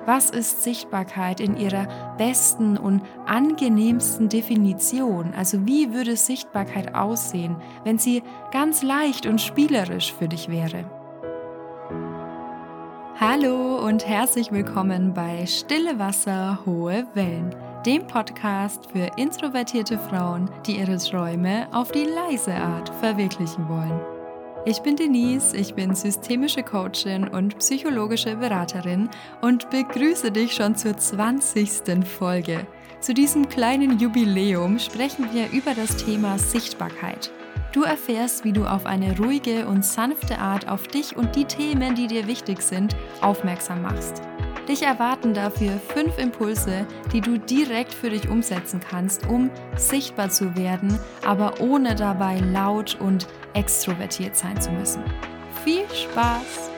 Was ist Sichtbarkeit in ihrer besten und angenehmsten Definition? Also wie würde Sichtbarkeit aussehen, wenn sie ganz leicht und spielerisch für dich wäre? Hallo und herzlich willkommen bei Stille Wasser, hohe Wellen, dem Podcast für introvertierte Frauen, die ihre Träume auf die leise Art verwirklichen wollen. Ich bin Denise, ich bin systemische Coachin und psychologische Beraterin und begrüße dich schon zur 20. Folge. Zu diesem kleinen Jubiläum sprechen wir über das Thema Sichtbarkeit. Du erfährst, wie du auf eine ruhige und sanfte Art auf dich und die Themen, die dir wichtig sind, aufmerksam machst. Dich erwarten dafür 5 Impulse, die du direkt für dich umsetzen kannst, um sichtbar zu werden, aber ohne dabei laut und extrovertiert sein zu müssen. Viel Spaß!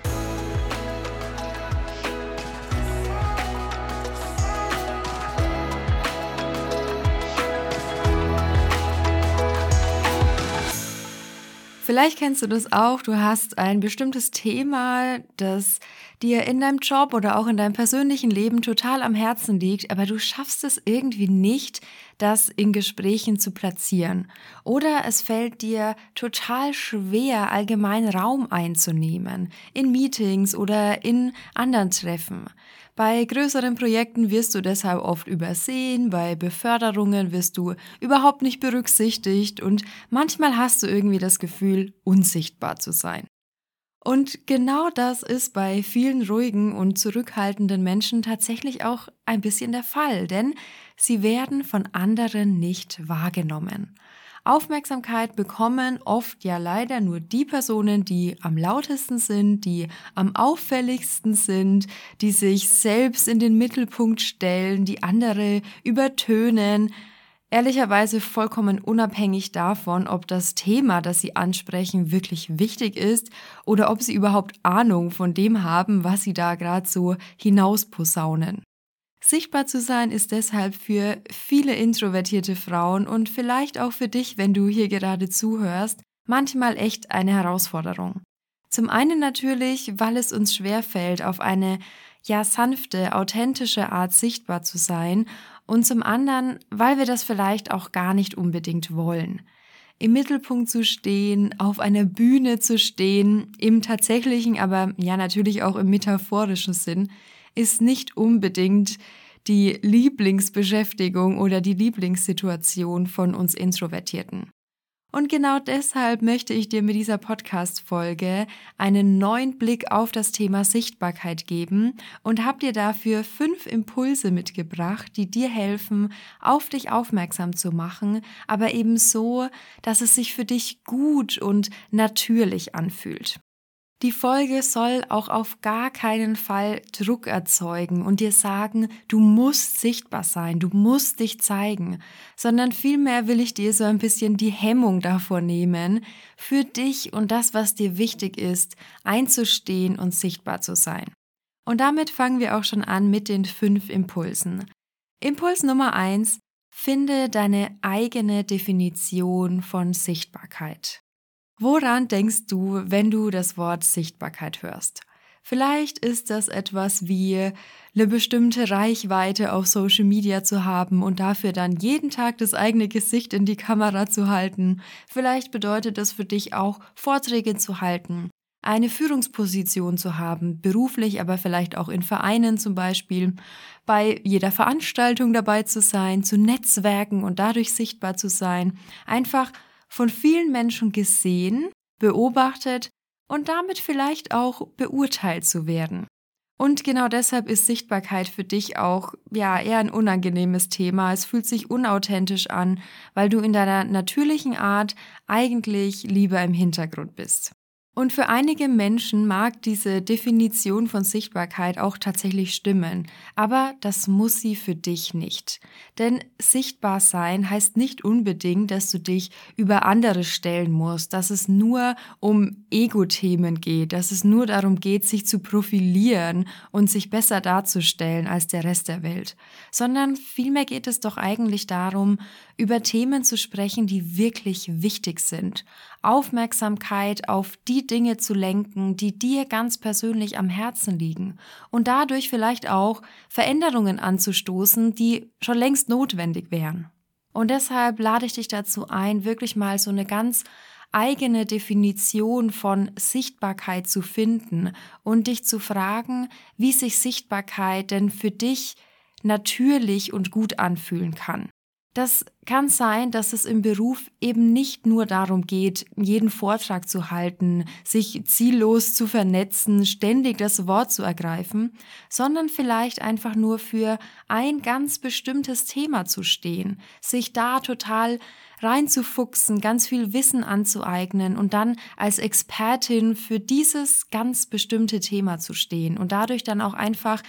Vielleicht kennst du das auch, du hast ein bestimmtes Thema, das dir in deinem Job oder auch in deinem persönlichen Leben total am Herzen liegt, aber du schaffst es irgendwie nicht, das in Gesprächen zu platzieren. Oder es fällt dir total schwer, allgemein Raum einzunehmen, in Meetings oder in anderen Treffen. Bei größeren Projekten wirst du deshalb oft übersehen, bei Beförderungen wirst du überhaupt nicht berücksichtigt und manchmal hast du irgendwie das Gefühl, unsichtbar zu sein. Und genau das ist bei vielen ruhigen und zurückhaltenden Menschen tatsächlich auch ein bisschen der Fall, denn sie werden von anderen nicht wahrgenommen. Aufmerksamkeit bekommen oft ja leider nur die Personen, die am lautesten sind, die am auffälligsten sind, die sich selbst in den Mittelpunkt stellen, die andere übertönen. Ehrlicherweise vollkommen unabhängig davon, ob das Thema, das sie ansprechen, wirklich wichtig ist oder ob sie überhaupt Ahnung von dem haben, was sie da gerade so hinausposaunen. Sichtbar zu sein ist deshalb für viele introvertierte Frauen und vielleicht auch für dich, wenn du hier gerade zuhörst, manchmal echt eine Herausforderung. Zum einen natürlich, weil es uns schwerfällt, auf eine sanfte, authentische Art sichtbar zu sein und zum anderen, weil wir das vielleicht auch gar nicht unbedingt wollen. Im Mittelpunkt zu stehen, auf einer Bühne zu stehen, im tatsächlichen, aber ja natürlich auch im metaphorischen Sinn, ist nicht unbedingt die Lieblingsbeschäftigung oder die Lieblingssituation von uns Introvertierten. Und genau deshalb möchte ich dir mit dieser Podcast-Folge einen neuen Blick auf das Thema Sichtbarkeit geben und habe dir dafür 5 Impulse mitgebracht, die dir helfen, auf dich aufmerksam zu machen, aber eben so, dass es sich für dich gut und natürlich anfühlt. Die Folge soll auch auf gar keinen Fall Druck erzeugen und dir sagen, du musst sichtbar sein, du musst dich zeigen, sondern vielmehr will ich dir so ein bisschen die Hemmung davor nehmen, für dich und das, was dir wichtig ist, einzustehen und sichtbar zu sein. Und damit fangen wir auch schon an mit den 5 Impulsen. Impuls Nummer 1: Finde deine eigene Definition von Sichtbarkeit. Woran denkst du, wenn du das Wort Sichtbarkeit hörst? Vielleicht ist das etwas wie eine bestimmte Reichweite auf Social Media zu haben und dafür dann jeden Tag das eigene Gesicht in die Kamera zu halten. Vielleicht bedeutet das für dich auch, Vorträge zu halten, eine Führungsposition zu haben, beruflich, aber vielleicht auch in Vereinen zum Beispiel, bei jeder Veranstaltung dabei zu sein, zu netzwerken und dadurch sichtbar zu sein, einfach von vielen Menschen gesehen, beobachtet und damit vielleicht auch beurteilt zu werden. Und genau deshalb ist Sichtbarkeit für dich auch eher ein unangenehmes Thema. Es fühlt sich unauthentisch an, weil du in deiner natürlichen Art eigentlich lieber im Hintergrund bist. Und für einige Menschen mag diese Definition von Sichtbarkeit auch tatsächlich stimmen, aber das muss sie für dich nicht. Denn sichtbar sein heißt nicht unbedingt, dass du dich über andere stellen musst, dass es nur um Ego-Themen geht, dass es nur darum geht, sich zu profilieren und sich besser darzustellen als der Rest der Welt, sondern vielmehr geht es doch eigentlich darum, über Themen zu sprechen, die wirklich wichtig sind. Aufmerksamkeit auf die Dinge zu lenken, die dir ganz persönlich am Herzen liegen und dadurch vielleicht auch Veränderungen anzustoßen, die schon längst notwendig wären. Und deshalb lade ich dich dazu ein, wirklich mal so eine ganz eigene Definition von Sichtbarkeit zu finden und dich zu fragen, wie sich Sichtbarkeit denn für dich natürlich und gut anfühlen kann. Das kann sein, dass es im Beruf eben nicht nur darum geht, jeden Vortrag zu halten, sich ziellos zu vernetzen, ständig das Wort zu ergreifen, sondern vielleicht einfach nur für ein ganz bestimmtes Thema zu stehen, sich da total reinzufuchsen, ganz viel Wissen anzueignen und dann als Expertin für dieses ganz bestimmte Thema zu stehen und dadurch dann auch einfach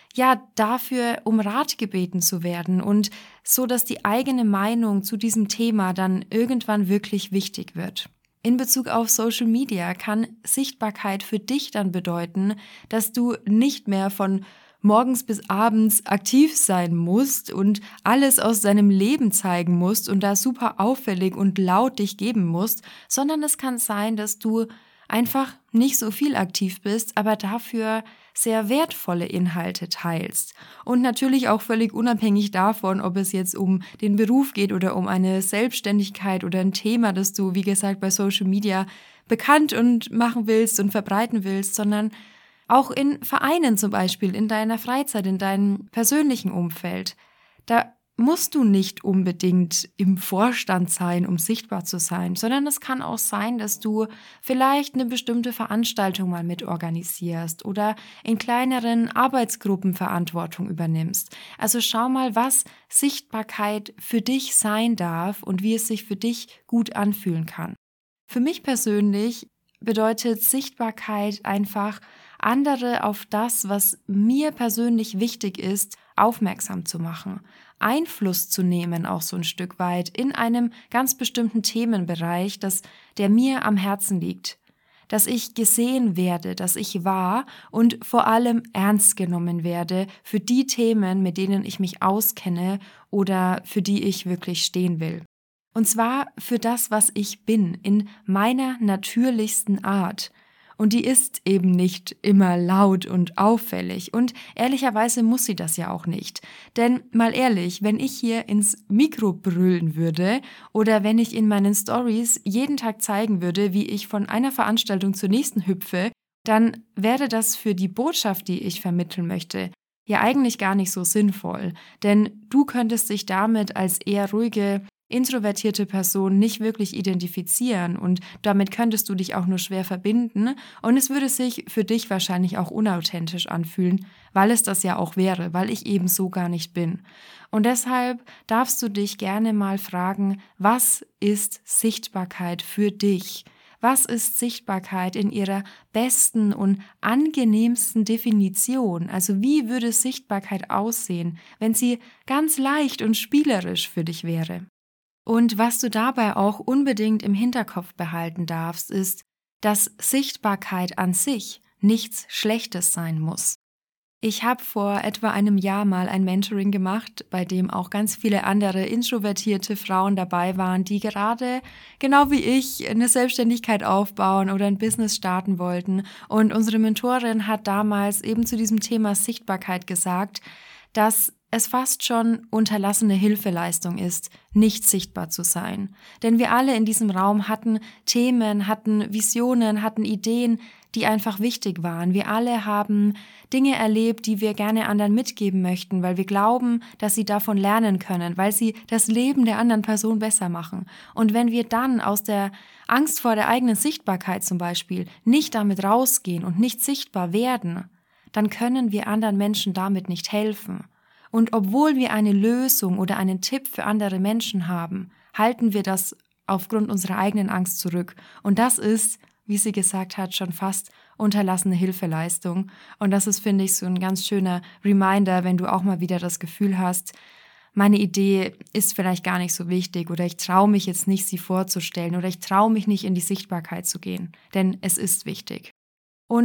dafür um Rat gebeten zu werden und so, dass die eigene Meinung zu diesem Thema dann irgendwann wirklich wichtig wird. In Bezug auf Social Media kann Sichtbarkeit für dich dann bedeuten, dass du nicht mehr von morgens bis abends aktiv sein musst und alles aus deinem Leben zeigen musst und da super auffällig und laut dich geben musst, sondern es kann sein, dass du einfach nicht so viel aktiv bist, aber dafür sehr wertvolle Inhalte teilst. Und natürlich auch völlig unabhängig davon, ob es jetzt um den Beruf geht oder um eine Selbstständigkeit oder ein Thema, das du, wie gesagt, bei Social Media bekannt und machen willst und verbreiten willst, sondern auch in Vereinen zum Beispiel, in deiner Freizeit, in deinem persönlichen Umfeld. Da musst du nicht unbedingt im Vorstand sein, um sichtbar zu sein, sondern es kann auch sein, dass du vielleicht eine bestimmte Veranstaltung mal mitorganisierst oder in kleineren Arbeitsgruppen Verantwortung übernimmst. Also schau mal, was Sichtbarkeit für dich sein darf und wie es sich für dich gut anfühlen kann. Für mich persönlich bedeutet Sichtbarkeit einfach, andere auf das, was mir persönlich wichtig ist, aufmerksam zu machen, Einfluss zu nehmen, auch so ein Stück weit, in einem ganz bestimmten Themenbereich, der mir am Herzen liegt. Dass ich gesehen werde, dass ich wahr und vor allem ernst genommen werde für die Themen, mit denen ich mich auskenne oder für die ich wirklich stehen will. Und zwar für das, was ich bin, in meiner natürlichsten Art. Und die ist eben nicht immer laut und auffällig. Und ehrlicherweise muss sie das ja auch nicht. Denn mal ehrlich, wenn ich hier ins Mikro brüllen würde oder wenn ich in meinen Stories jeden Tag zeigen würde, wie ich von einer Veranstaltung zur nächsten hüpfe, dann wäre das für die Botschaft, die ich vermitteln möchte, ja eigentlich gar nicht so sinnvoll. Denn du könntest dich damit als eher ruhige, introvertierte Person nicht wirklich identifizieren und damit könntest du dich auch nur schwer verbinden und es würde sich für dich wahrscheinlich auch unauthentisch anfühlen, weil es das ja auch wäre, weil ich eben so gar nicht bin. Und deshalb darfst du dich gerne mal fragen, was ist Sichtbarkeit für dich? Was ist Sichtbarkeit in ihrer besten und angenehmsten Definition? Also wie würde Sichtbarkeit aussehen, wenn sie ganz leicht und spielerisch für dich wäre? Und was du dabei auch unbedingt im Hinterkopf behalten darfst, ist, dass Sichtbarkeit an sich nichts Schlechtes sein muss. Ich habe vor etwa einem Jahr mal ein Mentoring gemacht, bei dem auch ganz viele andere introvertierte Frauen dabei waren, die gerade, genau wie ich, eine Selbstständigkeit aufbauen oder ein Business starten wollten. Und unsere Mentorin hat damals eben zu diesem Thema Sichtbarkeit gesagt, dass es fast schon unterlassene Hilfeleistung ist, nicht sichtbar zu sein. Denn wir alle in diesem Raum hatten Themen, hatten Visionen, hatten Ideen, die einfach wichtig waren. Wir alle haben Dinge erlebt, die wir gerne anderen mitgeben möchten, weil wir glauben, dass sie davon lernen können, weil sie das Leben der anderen Person besser machen. Und wenn wir dann aus der Angst vor der eigenen Sichtbarkeit zum Beispiel nicht damit rausgehen und nicht sichtbar werden, dann können wir anderen Menschen damit nicht helfen. Und obwohl wir eine Lösung oder einen Tipp für andere Menschen haben, halten wir das aufgrund unserer eigenen Angst zurück. Und das ist, wie sie gesagt hat, schon fast unterlassene Hilfeleistung. Und das ist, finde ich, so ein ganz schöner Reminder, wenn du auch mal wieder das Gefühl hast, meine Idee ist vielleicht gar nicht so wichtig oder ich traue mich jetzt nicht, sie vorzustellen oder ich traue mich nicht, in die Sichtbarkeit zu gehen. Denn es ist wichtig. Und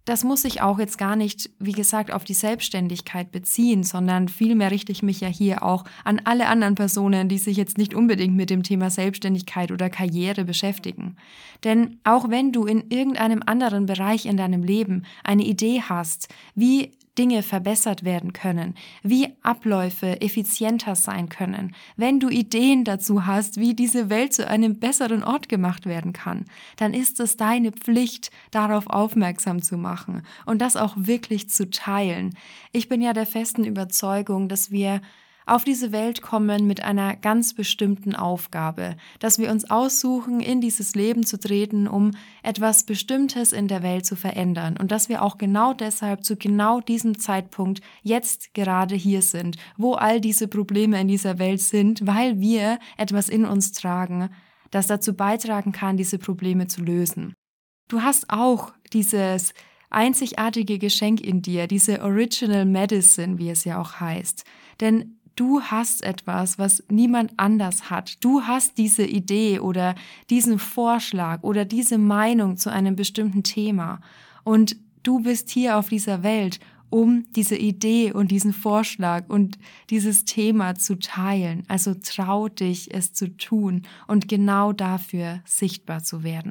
das muss sich auch jetzt gar nicht, wie gesagt, auf die Selbstständigkeit beziehen, sondern vielmehr richte ich mich ja hier auch an alle anderen Personen, die sich jetzt nicht unbedingt mit dem Thema Selbstständigkeit oder Karriere beschäftigen. Denn auch wenn du in irgendeinem anderen Bereich in deinem Leben eine Idee hast, wie Dinge verbessert werden können, wie Abläufe effizienter sein können, wenn du Ideen dazu hast, wie diese Welt zu einem besseren Ort gemacht werden kann, dann ist es deine Pflicht, darauf aufmerksam zu machen und das auch wirklich zu teilen. Ich bin ja der festen Überzeugung, dass wir auf diese Welt kommen mit einer ganz bestimmten Aufgabe, dass wir uns aussuchen, in dieses Leben zu treten, um etwas Bestimmtes in der Welt zu verändern und dass wir auch genau deshalb zu genau diesem Zeitpunkt jetzt gerade hier sind, wo all diese Probleme in dieser Welt sind, weil wir etwas in uns tragen, das dazu beitragen kann, diese Probleme zu lösen. Du hast auch dieses einzigartige Geschenk in dir, diese Original Medicine, wie es ja auch heißt. Denn du hast etwas, was niemand anders hat. Du hast diese Idee oder diesen Vorschlag oder diese Meinung zu einem bestimmten Thema. Und du bist hier auf dieser Welt, um diese Idee und diesen Vorschlag und dieses Thema zu teilen. Also trau dich, es zu tun und genau dafür sichtbar zu werden.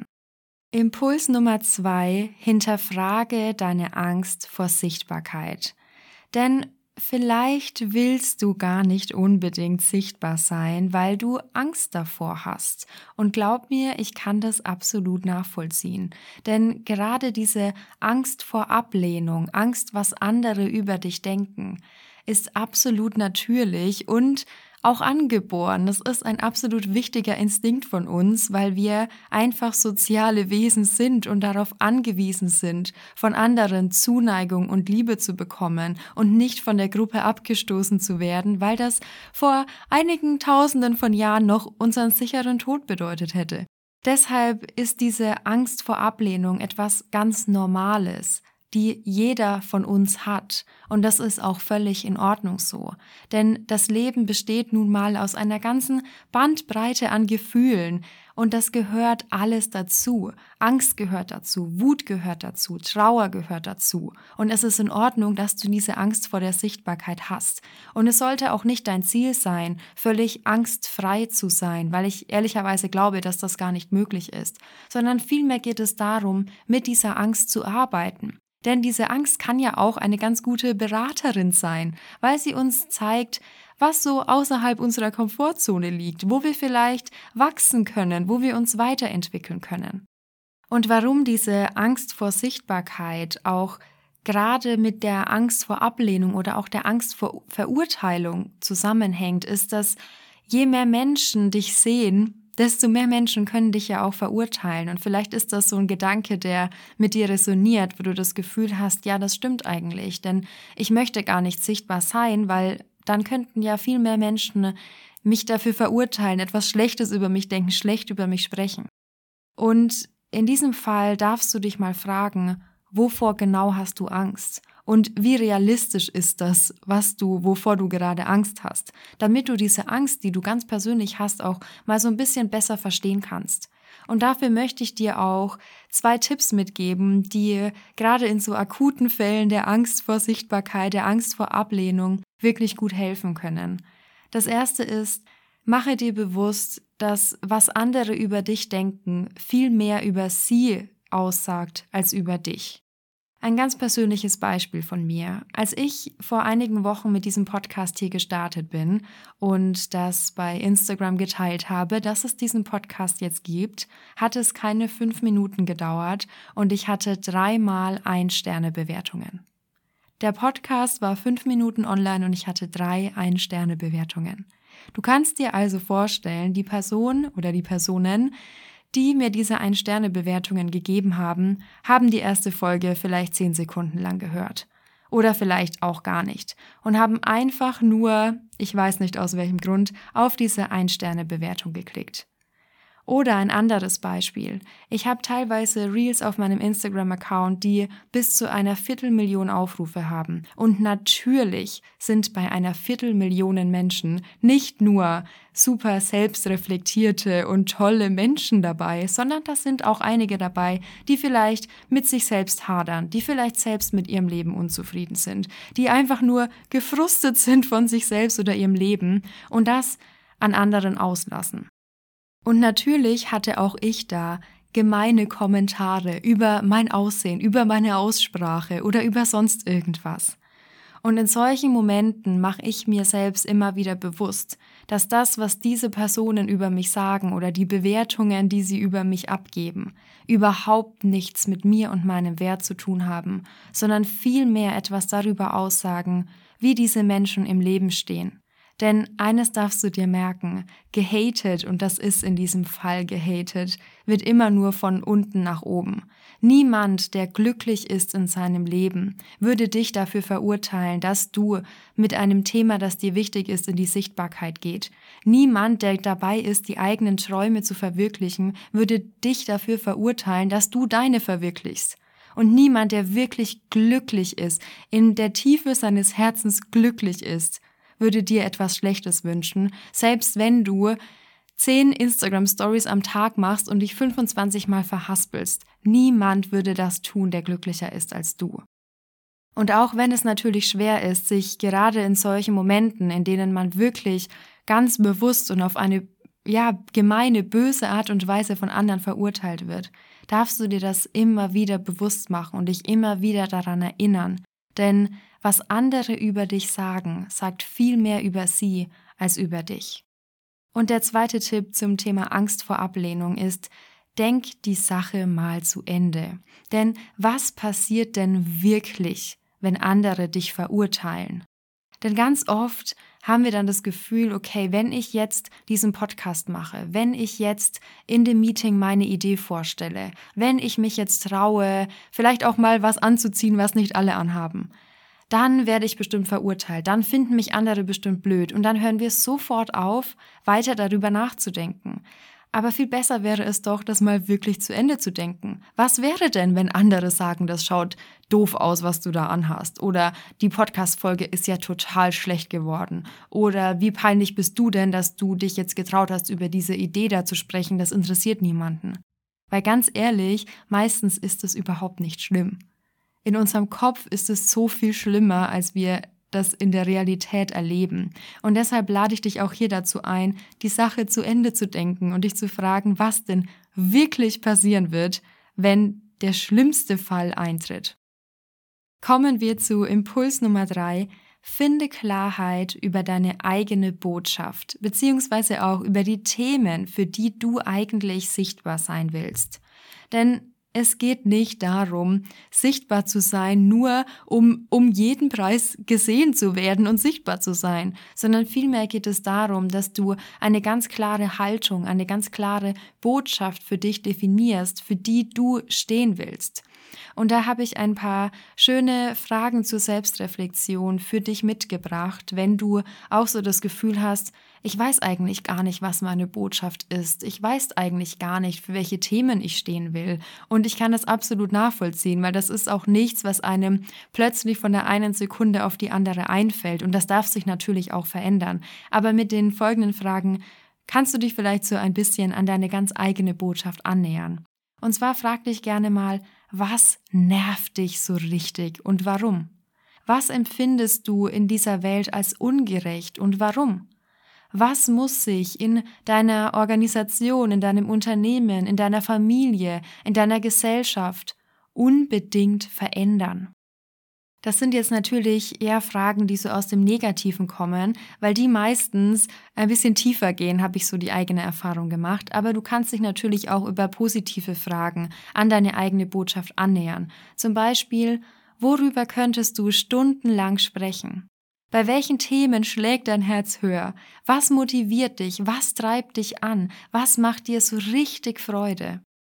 Impuls Nummer 2: Hinterfrage deine Angst vor Sichtbarkeit. Denn vielleicht willst du gar nicht unbedingt sichtbar sein, weil du Angst davor hast. Und glaub mir, ich kann das absolut nachvollziehen. Denn gerade diese Angst vor Ablehnung, Angst, was andere über dich denken, ist absolut natürlich und auch angeboren. Das ist ein absolut wichtiger Instinkt von uns, weil wir einfach soziale Wesen sind und darauf angewiesen sind, von anderen Zuneigung und Liebe zu bekommen und nicht von der Gruppe abgestoßen zu werden, weil das vor einigen Tausenden von Jahren noch unseren sicheren Tod bedeutet hätte. Deshalb ist diese Angst vor Ablehnung etwas ganz Normales, die jeder von uns hat. Und das ist auch völlig in Ordnung so. Denn das Leben besteht nun mal aus einer ganzen Bandbreite an Gefühlen. Und das gehört alles dazu. Angst gehört dazu, Wut gehört dazu, Trauer gehört dazu. Und es ist in Ordnung, dass du diese Angst vor der Sichtbarkeit hast. Und es sollte auch nicht dein Ziel sein, völlig angstfrei zu sein, weil ich ehrlicherweise glaube, dass das gar nicht möglich ist. Sondern vielmehr geht es darum, mit dieser Angst zu arbeiten. Denn diese Angst kann ja auch eine ganz gute Beraterin sein, weil sie uns zeigt, was so außerhalb unserer Komfortzone liegt, wo wir vielleicht wachsen können, wo wir uns weiterentwickeln können. Und warum diese Angst vor Sichtbarkeit auch gerade mit der Angst vor Ablehnung oder auch der Angst vor Verurteilung zusammenhängt, ist, dass je mehr Menschen dich sehen, desto mehr Menschen können dich ja auch verurteilen. Und vielleicht ist das so ein Gedanke, der mit dir resoniert, wo du das Gefühl hast, ja, das stimmt eigentlich, denn ich möchte gar nicht sichtbar sein, weil dann könnten ja viel mehr Menschen mich dafür verurteilen, etwas Schlechtes über mich denken, schlecht über mich sprechen. Und in diesem Fall darfst du dich mal fragen, wovor genau hast du Angst? Und wie realistisch ist das, wovor du gerade Angst hast, damit du diese Angst, die du ganz persönlich hast, auch mal so ein bisschen besser verstehen kannst. Und dafür möchte ich dir auch 2 Tipps mitgeben, die gerade in so akuten Fällen der Angst vor Sichtbarkeit, der Angst vor Ablehnung wirklich gut helfen können. Das erste ist, mache dir bewusst, dass was andere über dich denken, viel mehr über sie aussagt als über dich. Ein ganz persönliches Beispiel von mir. Als ich vor einigen Wochen mit diesem Podcast hier gestartet bin und das bei Instagram geteilt habe, dass es diesen Podcast jetzt gibt, hat es keine 5 Minuten gedauert und ich hatte 3-mal 1-Sterne-Bewertungen. Der Podcast war 5 Minuten online und ich hatte 3 1-Sterne-Bewertungen. Du kannst dir also vorstellen, die Person oder die Personen, die mir diese 1-Sterne-Bewertungen gegeben haben, haben die erste Folge vielleicht 10 Sekunden lang gehört. Oder vielleicht auch gar nicht. Und haben einfach nur, ich weiß nicht aus welchem Grund, auf diese 1-Sterne-Bewertung geklickt. Oder ein anderes Beispiel. Ich habe teilweise Reels auf meinem Instagram-Account, die bis zu 250.000 Aufrufe haben. Und natürlich sind bei 250.000 Menschen nicht nur super selbstreflektierte und tolle Menschen dabei, sondern da sind auch einige dabei, die vielleicht mit sich selbst hadern, die vielleicht selbst mit ihrem Leben unzufrieden sind, die einfach nur gefrustet sind von sich selbst oder ihrem Leben und das an anderen auslassen. Und natürlich hatte auch ich da gemeine Kommentare über mein Aussehen, über meine Aussprache oder über sonst irgendwas. Und in solchen Momenten mache ich mir selbst immer wieder bewusst, dass das, was diese Personen über mich sagen oder die Bewertungen, die sie über mich abgeben, überhaupt nichts mit mir und meinem Wert zu tun haben, sondern vielmehr etwas darüber aussagen, wie diese Menschen im Leben stehen. Denn eines darfst du dir merken, gehatet, und das ist in diesem Fall gehatet, wird immer nur von unten nach oben. Niemand, der glücklich ist in seinem Leben, würde dich dafür verurteilen, dass du mit einem Thema, das dir wichtig ist, in die Sichtbarkeit geht. Niemand, der dabei ist, die eigenen Träume zu verwirklichen, würde dich dafür verurteilen, dass du deine verwirklichst. Und niemand, der wirklich glücklich ist, in der Tiefe seines Herzens glücklich ist, würde dir etwas Schlechtes wünschen, selbst wenn du 10 Instagram-Stories am Tag machst und dich 25 Mal verhaspelst. Niemand würde das tun, der glücklicher ist als du. Und auch wenn es natürlich schwer ist, sich gerade in solchen Momenten, in denen man wirklich ganz bewusst und auf eine gemeine, böse Art und Weise von anderen verurteilt wird, darfst du dir das immer wieder bewusst machen und dich immer wieder daran erinnern. Denn was andere über dich sagen, sagt viel mehr über sie als über dich. Und der zweite Tipp zum Thema Angst vor Ablehnung ist, denk die Sache mal zu Ende. Denn was passiert denn wirklich, wenn andere dich verurteilen? Denn ganz oft haben wir dann das Gefühl, okay, wenn ich jetzt diesen Podcast mache, wenn ich jetzt in dem Meeting meine Idee vorstelle, wenn ich mich jetzt traue, vielleicht auch mal was anzuziehen, was nicht alle anhaben, dann werde ich bestimmt verurteilt, dann finden mich andere bestimmt blöd und dann hören wir sofort auf, weiter darüber nachzudenken. Aber viel besser wäre es doch, das mal wirklich zu Ende zu denken. Was wäre denn, wenn andere sagen, das schaut doof aus, was du da anhast? Oder die Podcast-Folge ist ja total schlecht geworden. Oder wie peinlich bist du denn, dass du dich jetzt getraut hast, über diese Idee da zu sprechen? Das interessiert niemanden. Weil ganz ehrlich, meistens ist es überhaupt nicht schlimm. In unserem Kopf ist es so viel schlimmer, als wir das in der Realität erleben. Und deshalb lade ich dich auch hier dazu ein, die Sache zu Ende zu denken und dich zu fragen, was denn wirklich passieren wird, wenn der schlimmste Fall eintritt. Kommen wir zu Impuls Nummer 3. Finde Klarheit über deine eigene Botschaft, beziehungsweise auch über die Themen, für die du eigentlich sichtbar sein willst. Denn es geht nicht darum, sichtbar zu sein, nur um jeden Preis gesehen zu werden und sichtbar zu sein, sondern vielmehr geht es darum, dass du eine ganz klare Haltung, eine ganz klare Botschaft für dich definierst, für die du stehen willst. Und da habe ich ein paar schöne Fragen zur Selbstreflexion für dich mitgebracht, wenn du auch so das Gefühl hast, ich weiß eigentlich gar nicht, was meine Botschaft ist. Ich weiß eigentlich gar nicht, für welche Themen ich stehen will. Und ich kann das absolut nachvollziehen, weil das ist auch nichts, was einem plötzlich von der einen Sekunde auf die andere einfällt. Und das darf sich natürlich auch verändern. Aber mit den folgenden Fragen kannst du dich vielleicht so ein bisschen an deine ganz eigene Botschaft annähern. Und zwar frag dich gerne mal, was nervt dich so richtig und warum? Was empfindest du in dieser Welt als ungerecht und warum? Was muss sich in deiner Organisation, in deinem Unternehmen, in deiner Familie, in deiner Gesellschaft unbedingt verändern? Das sind jetzt natürlich eher Fragen, die so aus dem Negativen kommen, weil die meistens ein bisschen tiefer gehen, habe ich so die eigene Erfahrung gemacht. Aber du kannst dich natürlich auch über positive Fragen an deine eigene Botschaft annähern. Zum Beispiel, worüber könntest du stundenlang sprechen? Bei welchen Themen schlägt dein Herz höher? Was motiviert dich? Was treibt dich an? Was macht dir so richtig Freude?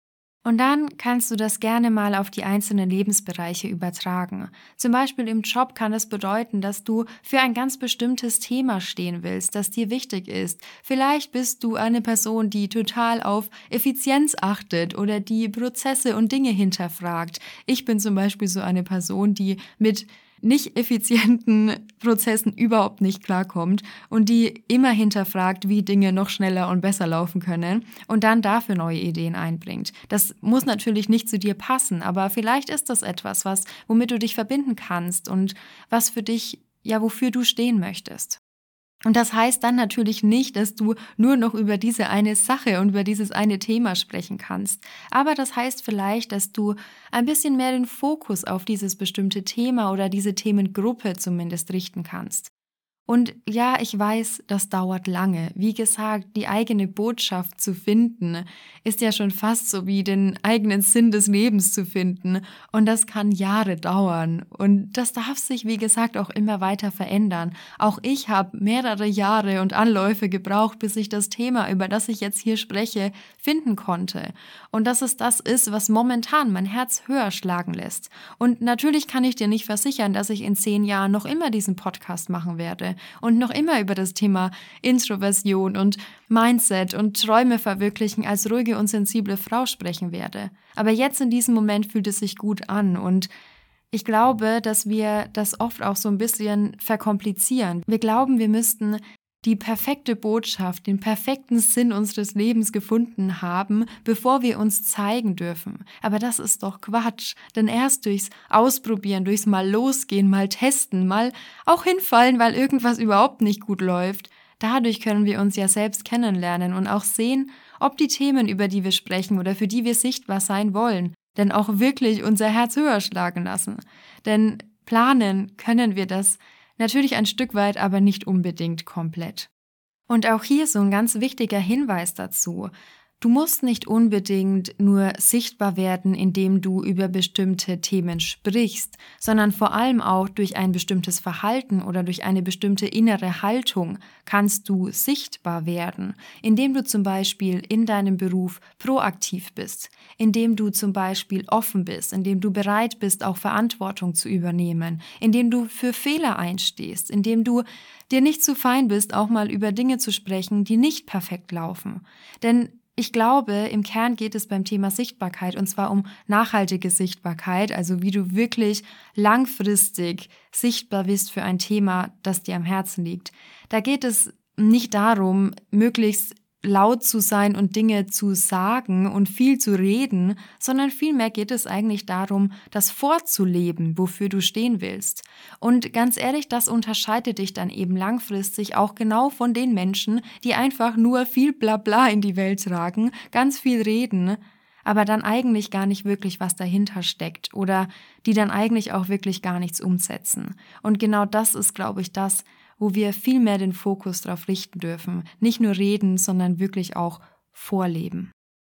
Und dann kannst du das gerne mal auf die einzelnen Lebensbereiche übertragen. Zum Beispiel im Job kann es bedeuten, dass du für ein ganz bestimmtes Thema stehen willst, das dir wichtig ist. Vielleicht bist du eine Person, die total auf Effizienz achtet oder die Prozesse und Dinge hinterfragt. Ich bin zum Beispiel so eine Person, die mit nicht effizienten Prozessen überhaupt nicht klarkommt und die immer hinterfragt, wie Dinge noch schneller und besser laufen können und dann dafür neue Ideen einbringt. Das muss natürlich nicht zu dir passen, aber vielleicht ist das etwas, womit du dich verbinden kannst und was für dich, ja, wofür du stehen möchtest. Und das heißt dann natürlich nicht, dass du nur noch über diese eine Sache und über dieses eine Thema sprechen kannst. Aber das heißt vielleicht, dass du ein bisschen mehr den Fokus auf dieses bestimmte Thema oder diese Themengruppe zumindest richten kannst. Und ja, ich weiß, das dauert lange. Wie gesagt, die eigene Botschaft zu finden, ist ja schon fast so wie den eigenen Sinn des Lebens zu finden. Und das kann Jahre dauern. Und das darf sich, wie gesagt, auch immer weiter verändern. Auch ich habe mehrere Jahre und Anläufe gebraucht, bis ich das Thema, über das ich jetzt hier spreche, finden konnte. Und dass es das ist, was momentan mein Herz höher schlagen lässt. Und natürlich kann ich dir nicht versichern, dass ich in 10 Jahren noch immer diesen Podcast machen werde und noch immer über das Thema Introversion und Mindset und Träume verwirklichen als ruhige und sensible Frau sprechen werde. Aber jetzt in diesem Moment fühlt es sich gut an und ich glaube, dass wir das oft auch so ein bisschen verkomplizieren. Wir glauben, wir müssten die perfekte Botschaft, den perfekten Sinn unseres Lebens gefunden haben, bevor wir uns zeigen dürfen. Aber das ist doch Quatsch, denn erst durchs Ausprobieren, durchs mal losgehen, mal testen, mal auch hinfallen, weil irgendwas überhaupt nicht gut läuft, dadurch können wir uns ja selbst kennenlernen und auch sehen, ob die Themen, über die wir sprechen oder für die wir sichtbar sein wollen, denn auch wirklich unser Herz höher schlagen lassen. Denn planen können wir das natürlich ein Stück weit, aber nicht unbedingt komplett. Und auch hier so ein ganz wichtiger Hinweis dazu. Du musst nicht unbedingt nur sichtbar werden, indem du über bestimmte Themen sprichst, sondern vor allem auch durch ein bestimmtes Verhalten oder durch eine bestimmte innere Haltung kannst du sichtbar werden, indem du zum Beispiel in deinem Beruf proaktiv bist, indem du zum Beispiel offen bist, indem du bereit bist, auch Verantwortung zu übernehmen, indem du für Fehler einstehst, indem du dir nicht zu fein bist, auch mal über Dinge zu sprechen, die nicht perfekt laufen. Denn ich glaube, im Kern geht es beim Thema Sichtbarkeit und zwar um nachhaltige Sichtbarkeit, also wie du wirklich langfristig sichtbar bist für ein Thema, das dir am Herzen liegt. Da geht es nicht darum, möglichst laut zu sein und Dinge zu sagen und viel zu reden, sondern vielmehr geht es eigentlich darum, das vorzuleben, wofür du stehen willst. Und ganz ehrlich, das unterscheidet dich dann eben langfristig auch genau von den Menschen, die einfach nur viel Blabla in die Welt tragen, ganz viel reden, aber dann eigentlich gar nicht wirklich was dahinter steckt oder die dann eigentlich auch wirklich gar nichts umsetzen. Und genau das ist, glaube ich, das, wo wir viel mehr den Fokus darauf richten dürfen. Nicht nur reden, sondern wirklich auch vorleben.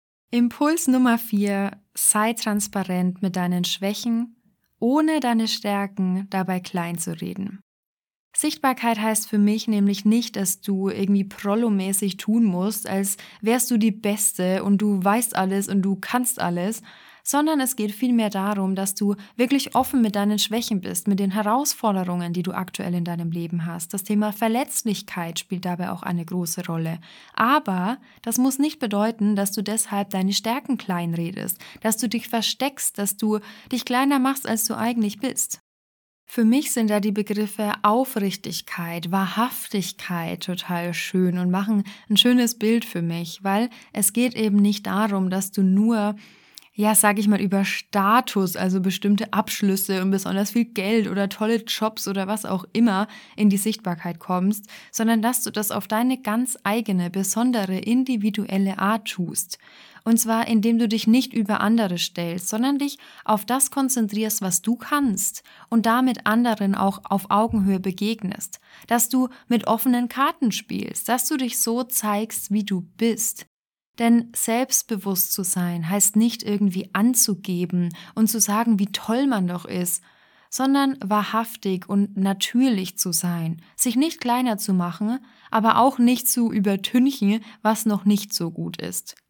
Impuls Nummer 4: Sei transparent mit deinen Schwächen, ohne deine Stärken dabei klein zu reden. Sichtbarkeit heißt für mich nämlich nicht, dass du irgendwie prollomäßig tun musst, als wärst du die Beste und du weißt alles und du kannst alles, sondern es geht vielmehr darum, dass du wirklich offen mit deinen Schwächen bist, mit den Herausforderungen, die du aktuell in deinem Leben hast. Das Thema Verletzlichkeit spielt dabei auch eine große Rolle. Aber das muss nicht bedeuten, dass du deshalb deine Stärken kleinredest, dass du dich versteckst, dass du dich kleiner machst, als du eigentlich bist. Für mich sind da die Begriffe Aufrichtigkeit, Wahrhaftigkeit total schön und machen ein schönes Bild für mich, weil es geht eben nicht darum, dass du nur, ja, sag ich mal, über Status, also bestimmte Abschlüsse und besonders viel Geld oder tolle Jobs oder was auch immer in die Sichtbarkeit kommst, sondern dass du das auf deine ganz eigene, besondere, individuelle Art tust. Und zwar, indem du dich nicht über andere stellst, sondern dich auf das konzentrierst, was du kannst und damit anderen auch auf Augenhöhe begegnest. Dass du mit offenen Karten spielst, dass du dich so zeigst, wie du bist. Denn selbstbewusst zu sein heißt nicht irgendwie anzugeben und zu sagen, wie toll man doch ist, sondern wahrhaftig und natürlich zu sein, sich nicht kleiner zu machen, aber auch nicht zu übertünchen, was noch nicht so gut ist.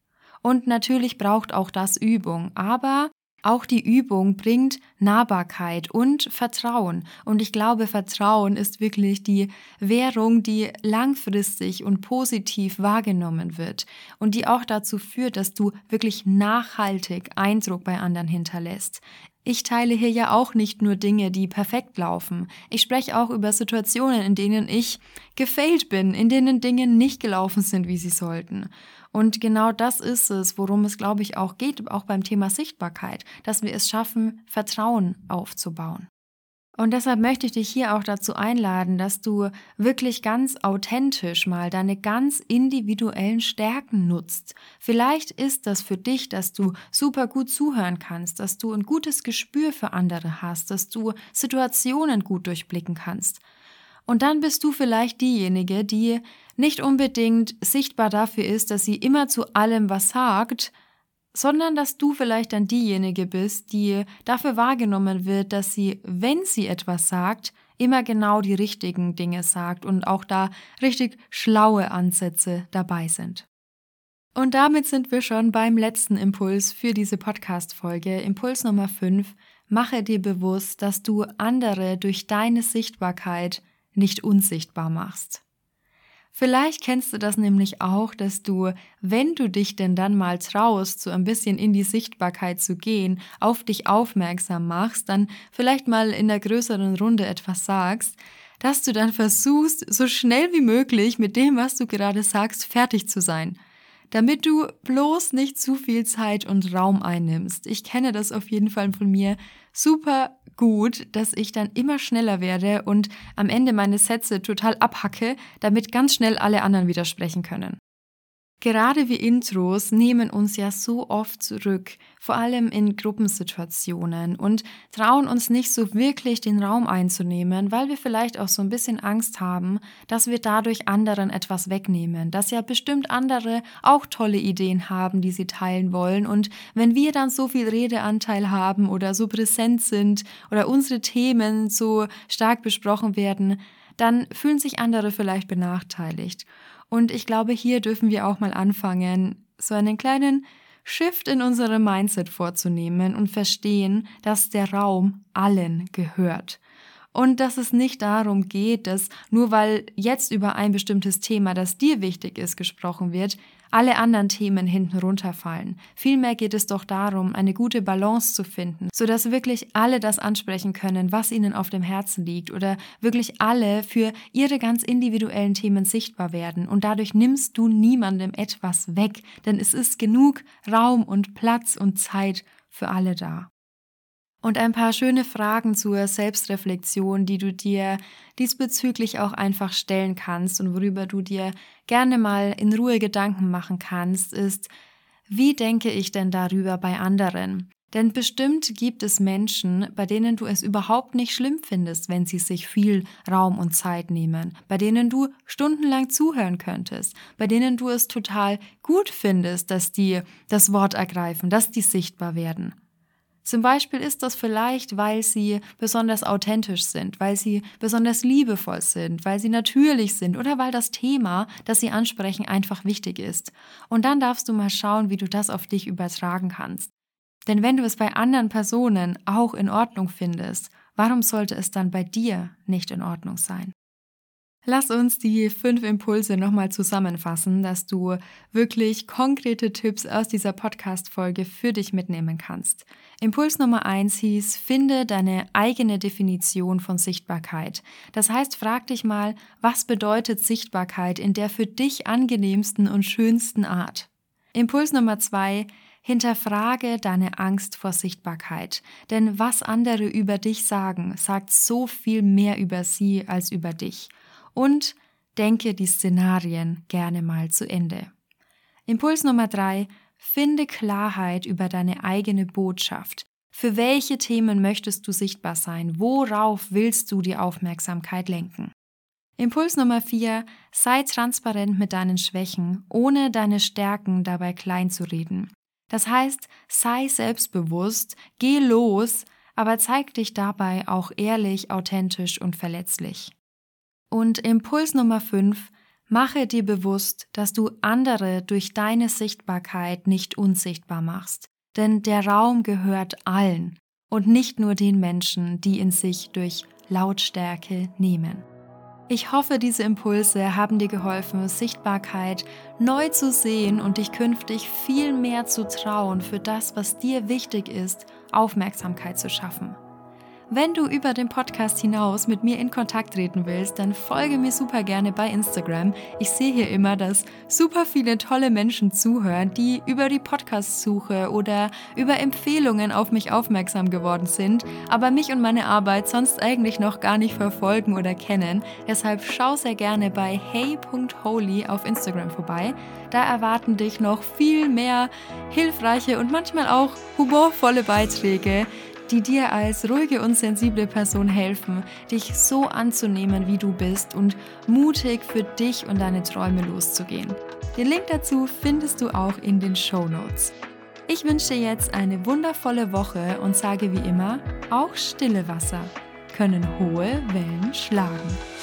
Und natürlich braucht auch das Übung, aber auch die Übung bringt Nahbarkeit und Vertrauen. Und ich glaube, Vertrauen ist wirklich die Währung, die langfristig und positiv wahrgenommen wird und die auch dazu führt, dass du wirklich nachhaltig Eindruck bei anderen hinterlässt. Ich teile hier ja auch nicht nur Dinge, die perfekt laufen. Ich spreche auch über Situationen, in denen ich gefailt bin, in denen Dinge nicht gelaufen sind, wie sie sollten. Und genau das ist es, worum es, glaube ich, auch geht, auch beim Thema Sichtbarkeit, dass wir es schaffen, Vertrauen aufzubauen. Und deshalb möchte ich dich hier auch dazu einladen, dass du wirklich ganz authentisch mal deine ganz individuellen Stärken nutzt. Vielleicht ist das für dich, dass du super gut zuhören kannst, dass du ein gutes Gespür für andere hast, dass du Situationen gut durchblicken kannst. Und dann bist du vielleicht diejenige, die nicht unbedingt sichtbar dafür ist, dass sie immer zu allem was sagt, sondern dass du vielleicht dann diejenige bist, die dafür wahrgenommen wird, dass sie, wenn sie etwas sagt, immer genau die richtigen Dinge sagt und auch da richtig schlaue Ansätze dabei sind. Und damit sind wir schon beim letzten Impuls für diese Podcast-Folge. Impuls Nummer 5. Mache dir bewusst, dass du andere durch deine Sichtbarkeit nicht unsichtbar machst. Vielleicht kennst du das nämlich auch, dass du, wenn du dich denn dann mal traust, so ein bisschen in die Sichtbarkeit zu gehen, auf dich aufmerksam machst, dann vielleicht mal in der größeren Runde etwas sagst, dass du dann versuchst, so schnell wie möglich mit dem, was du gerade sagst, fertig zu sein. Damit du bloß nicht zu viel Zeit und Raum einnimmst. Ich kenne das auf jeden Fall von mir super gut, dass ich dann immer schneller werde und am Ende meine Sätze total abhacke, damit ganz schnell alle anderen widersprechen können. Gerade wir Intros nehmen uns ja so oft zurück, vor allem in Gruppensituationen und trauen uns nicht so wirklich den Raum einzunehmen, weil wir vielleicht auch so ein bisschen Angst haben, dass wir dadurch anderen etwas wegnehmen, dass ja bestimmt andere auch tolle Ideen haben, die sie teilen wollen und wenn wir dann so viel Redeanteil haben oder so präsent sind oder unsere Themen so stark besprochen werden, dann fühlen sich andere vielleicht benachteiligt. Und ich glaube, hier dürfen wir auch mal anfangen, so einen kleinen Shift in unserem Mindset vorzunehmen und verstehen, dass der Raum allen gehört. Und dass es nicht darum geht, dass nur weil jetzt über ein bestimmtes Thema, das dir wichtig ist, gesprochen wird, alle anderen Themen hinten runterfallen. Vielmehr geht es doch darum, eine gute Balance zu finden, sodass wirklich alle das ansprechen können, was ihnen auf dem Herzen liegt oder wirklich alle für ihre ganz individuellen Themen sichtbar werden. Und dadurch nimmst du niemandem etwas weg, denn es ist genug Raum und Platz und Zeit für alle da. Und ein paar schöne Fragen zur Selbstreflexion, die du dir diesbezüglich auch einfach stellen kannst und worüber du dir gerne mal in Ruhe Gedanken machen kannst, ist, wie denke ich denn darüber bei anderen? Denn bestimmt gibt es Menschen, bei denen du es überhaupt nicht schlimm findest, wenn sie sich viel Raum und Zeit nehmen, bei denen du stundenlang zuhören könntest, bei denen du es total gut findest, dass die das Wort ergreifen, dass die sichtbar werden. Zum Beispiel ist das vielleicht, weil sie besonders authentisch sind, weil sie besonders liebevoll sind, weil sie natürlich sind oder weil das Thema, das sie ansprechen, einfach wichtig ist. Und dann darfst du mal schauen, wie du das auf dich übertragen kannst. Denn wenn du es bei anderen Personen auch in Ordnung findest, warum sollte es dann bei dir nicht in Ordnung sein? Lass uns die 5 Impulse nochmal zusammenfassen, dass du wirklich konkrete Tipps aus dieser Podcast-Folge für dich mitnehmen kannst. Impuls Nummer 1 hieß, finde deine eigene Definition von Sichtbarkeit. Das heißt, frag dich mal, was bedeutet Sichtbarkeit in der für dich angenehmsten und schönsten Art? Impuls Nummer 2, hinterfrage deine Angst vor Sichtbarkeit. Denn was andere über dich sagen, sagt so viel mehr über sie als über dich. Und denke die Szenarien gerne mal zu Ende. Impuls Nummer 3, finde Klarheit über deine eigene Botschaft. Für welche Themen möchtest du sichtbar sein? Worauf willst du die Aufmerksamkeit lenken? Impuls Nummer 4, sei transparent mit deinen Schwächen, ohne deine Stärken dabei klein zu reden. Das heißt, sei selbstbewusst, geh los, aber zeig dich dabei auch ehrlich, authentisch und verletzlich. Und Impuls Nummer 5, Mache dir bewusst, dass du andere durch deine Sichtbarkeit nicht unsichtbar machst. Denn der Raum gehört allen und nicht nur den Menschen, die ihn sich durch Lautstärke nehmen. Ich hoffe, diese Impulse haben dir geholfen, Sichtbarkeit neu zu sehen und dich künftig viel mehr zu trauen, für das, was dir wichtig ist, Aufmerksamkeit zu schaffen. Wenn du über den Podcast hinaus mit mir in Kontakt treten willst, dann folge mir super gerne bei Instagram. Ich sehe hier immer, dass super viele tolle Menschen zuhören, die über die Podcast-Suche oder über Empfehlungen auf mich aufmerksam geworden sind, aber mich und meine Arbeit sonst eigentlich noch gar nicht verfolgen oder kennen. Deshalb schau sehr gerne bei hey.holy auf Instagram vorbei. Da erwarten dich noch viel mehr hilfreiche und manchmal auch humorvolle Beiträge, die dir als ruhige und sensible Person helfen, dich so anzunehmen, wie du bist und mutig für dich und deine Träume loszugehen. Den Link dazu findest du auch in den Shownotes. Ich wünsche dir jetzt eine wundervolle Woche und sage wie immer, auch stille Wasser können hohe Wellen schlagen.